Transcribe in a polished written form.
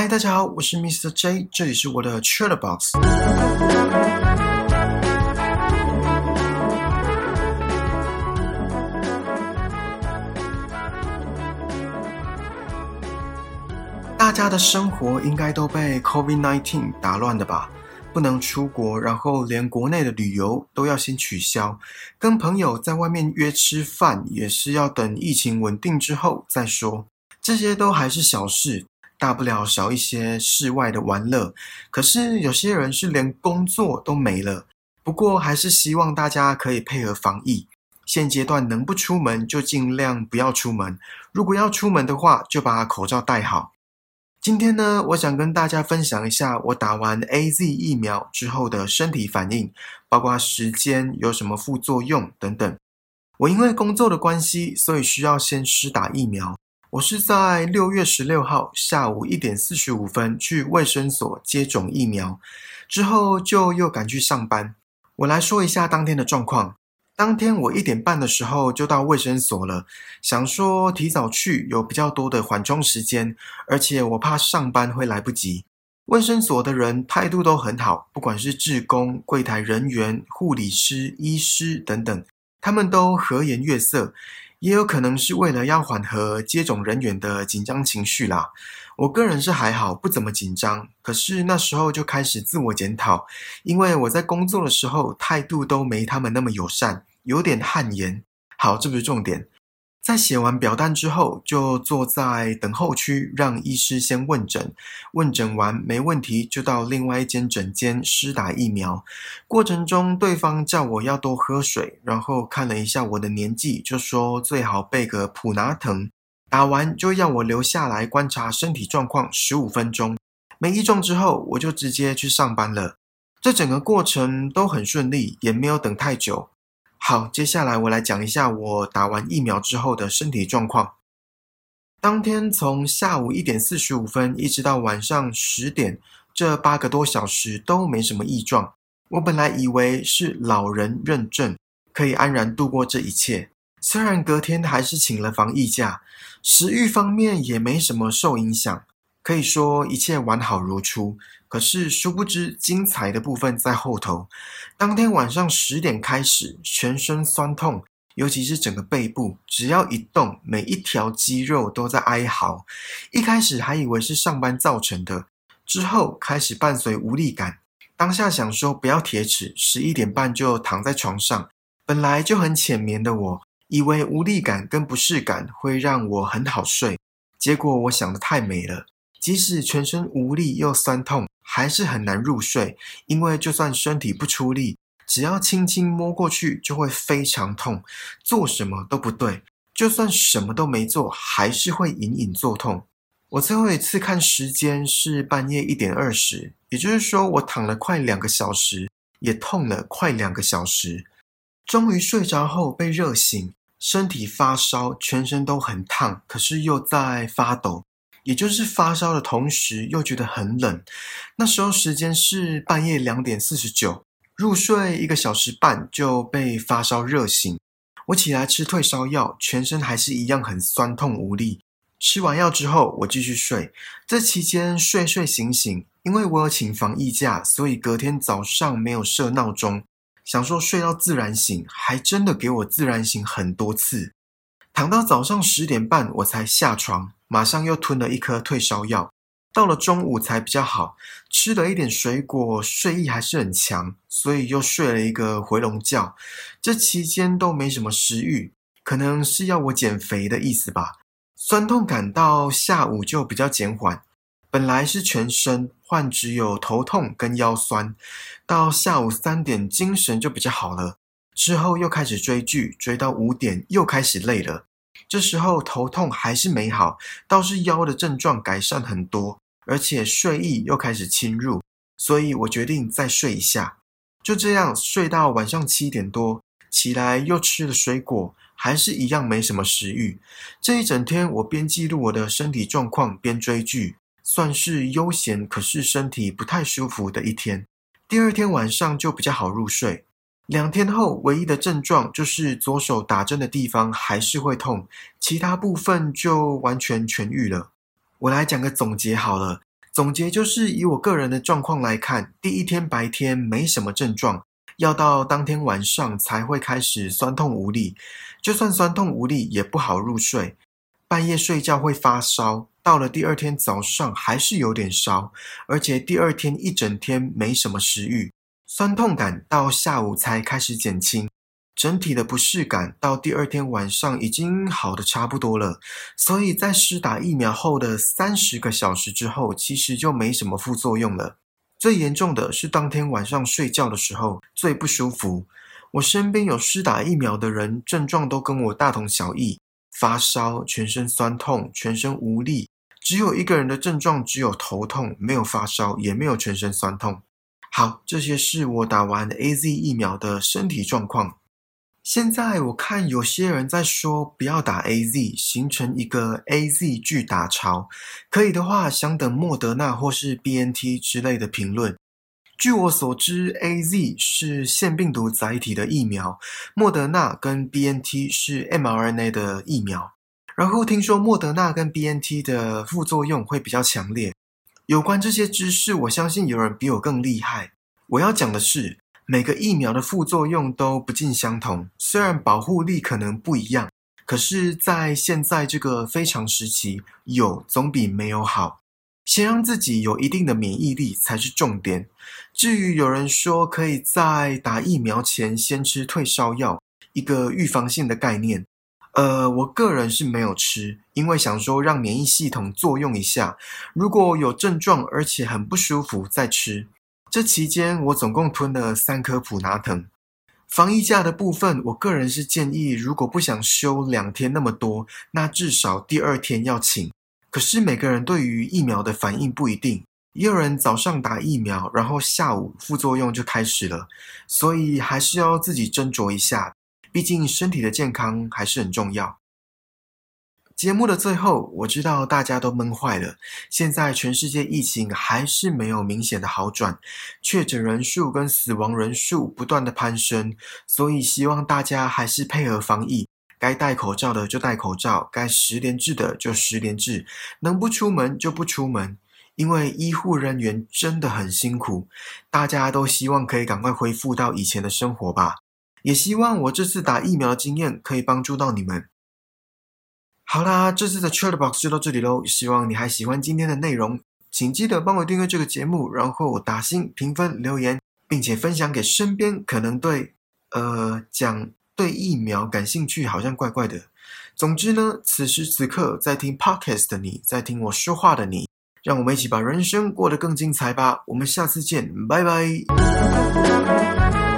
嗨，大家好，我是 Mr. J， 这里是我的 Chatterbox。大家的生活应该都被 COVID-19 打乱的吧？不能出国，然后连国内的旅游都要先取消，跟朋友在外面约吃饭也是要等疫情稳定之后再说。这些都还是小事，大不了少一些室外的玩乐。可是有些人是连工作都没了。不过还是希望大家可以配合防疫。现阶段能不出门就尽量不要出门，如果要出门的话，就把口罩戴好。今天呢，我想跟大家分享一下我打完 AZ 疫苗之后的身体反应，包括时间、有什么副作用等等。我因为工作的关系，所以需要先施打疫苗。我是在6月16号下午1点45分去卫生所接种疫苗，之后就又赶去上班。我来说一下当天的状况。当天我1点半的时候就到卫生所了，想说提早去有比较多的缓冲时间，而且我怕上班会来不及。卫生所的人态度都很好，不管是志工、柜台人员、护理师、医师等等，他们都和颜悦色，也有可能是为了要缓和接种人员的紧张情绪啦。我个人是还好，不怎么紧张，可是那时候就开始自我检讨，因为我在工作的时候态度都没他们那么友善，有点汗颜。好，这不是重点。在写完表单之后，就坐在等候区让医师先问诊，问诊完没问题就到另外一间诊间施打疫苗。过程中对方叫我要多喝水，然后看了一下我的年纪，就说最好备个普拿疼。打完就要我留下来观察身体状况15分钟，没异状之后我就直接去上班了。这整个过程都很顺利，也没有等太久。好，接下来我来讲一下我打完疫苗之后的身体状况。当天从下午1点45分一直到晚上10点，这8个多小时都没什么异状。我本来以为是老人认证，可以安然度过这一切。虽然隔天还是请了防疫假，食欲方面也没什么受影响，可以说一切完好如初。可是殊不知精彩的部分在后头。当天晚上10点开始，全身酸痛，尤其是整个背部，只要一动，每一条肌肉都在哀嚎。一开始还以为是上班造成的，之后开始伴随无力感。当下想说不要铁齿，11点半就躺在床上。本来就很浅眠的我，以为无力感跟不适感会让我很好睡，结果我想得太美了。即使全身无力又酸痛，还是很难入睡，因为就算身体不出力，只要轻轻摸过去就会非常痛，做什么都不对，就算什么都没做，还是会隐隐作痛。我最后一次看时间是半夜1点20，也就是说我躺了快2个小时，也痛了快2个小时。终于睡着后被热醒，身体发烧，全身都很烫，可是又在发抖。也就是发烧的同时又觉得很冷。那时候时间是半夜2点49，入睡1个小时半就被发烧热醒。我起来吃退烧药，全身还是一样很酸痛无力。吃完药之后我继续睡，这期间睡睡醒醒，因为我有请防疫假，所以隔天早上没有设闹钟，想说睡到自然醒，还真的给我自然醒很多次。躺到早上10点半我才下床，马上又吞了1颗退烧药。到了中午才比较好，吃了一点水果，睡意还是很强，所以又睡了一个回笼觉。这期间都没什么食欲，可能是要我减肥的意思吧。酸痛感到下午就比较减缓，本来是全身，换只有头痛跟腰酸。到下午3点精神就比较好了，之后又开始追剧，追到5点又开始累了。这时候头痛还是没好，倒是腰的症状改善很多，而且睡意又开始侵入，所以我决定再睡一下。就这样睡到晚上7点多，起来又吃了水果，还是一样没什么食欲。这一整天我边记录我的身体状况边追剧，算是悠闲可是身体不太舒服的一天。第二天晚上就比较好入睡。2天后，唯一的症状就是左手打针的地方还是会痛，其他部分就完全痊愈了。我来讲个总结好了， 总结就是以我个人的状况来看，第一天白天没什么症状，要到当天晚上才会开始酸痛无力，就算酸痛无力也不好入睡，半夜睡觉会发烧，到了第二天早上还是有点烧，而且第二天一整天没什么食欲，酸痛感到下午才开始减轻，整体的不适感到第二天晚上已经好的差不多了，所以在施打疫苗后的30个小时之后，其实就没什么副作用了。最严重的是当天晚上睡觉的时候最不舒服。我身边有施打疫苗的人，症状都跟我大同小异，发烧、全身酸痛、全身无力，只有一个人的症状只有头痛，没有发烧，也没有全身酸痛。好，这些是我打完 AZ 疫苗的身体状况。现在我看有些人在说不要打 AZ， 形成一个 AZ 拒打潮，可以的话想等莫德纳或是 BNT 之类的评论。据我所知 ，AZ 是腺病毒载体的疫苗，莫德纳跟 BNT 是 mRNA 的疫苗。然后听说莫德纳跟 BNT 的副作用会比较强烈。有关这些知识，我相信有人比我更厉害。我要讲的是，每个疫苗的副作用都不尽相同，虽然保护力可能不一样，可是在现在这个非常时期，有总比没有好。先让自己有一定的免疫力才是重点。至于有人说可以在打疫苗前先吃退烧药，一个预防性的概念，我个人是没有吃，因为想说让免疫系统作用一下，如果有症状而且很不舒服再吃。这期间我总共吞了3颗普拿疼。防疫假的部分，我个人是建议，如果不想休2天那么多，那至少第2天要请。可是每个人对于疫苗的反应不一定，也有人早上打疫苗，然后下午副作用就开始了，所以还是要自己斟酌一下，毕竟身体的健康还是很重要。节目的最后，我知道大家都闷坏了，现在全世界疫情还是没有明显的好转，确诊人数跟死亡人数不断的攀升，所以希望大家还是配合防疫，该戴口罩的就戴口罩，该10连制的就10连制，能不出门就不出门，因为医护人员真的很辛苦，大家都希望可以赶快恢复到以前的生活吧，也希望我这次打疫苗的经验可以帮助到你们。好啦，这次的 Chatterbox 就到这里咯，希望你还喜欢今天的内容，请记得帮我订阅这个节目，然后打星、评分、留言，并且分享给身边可能对疫苗感兴趣好像怪怪的。总之呢，此时此刻在听 Podcast 的你，在听我说话的你，让我们一起把人生过得更精彩吧。我们下次见，拜拜。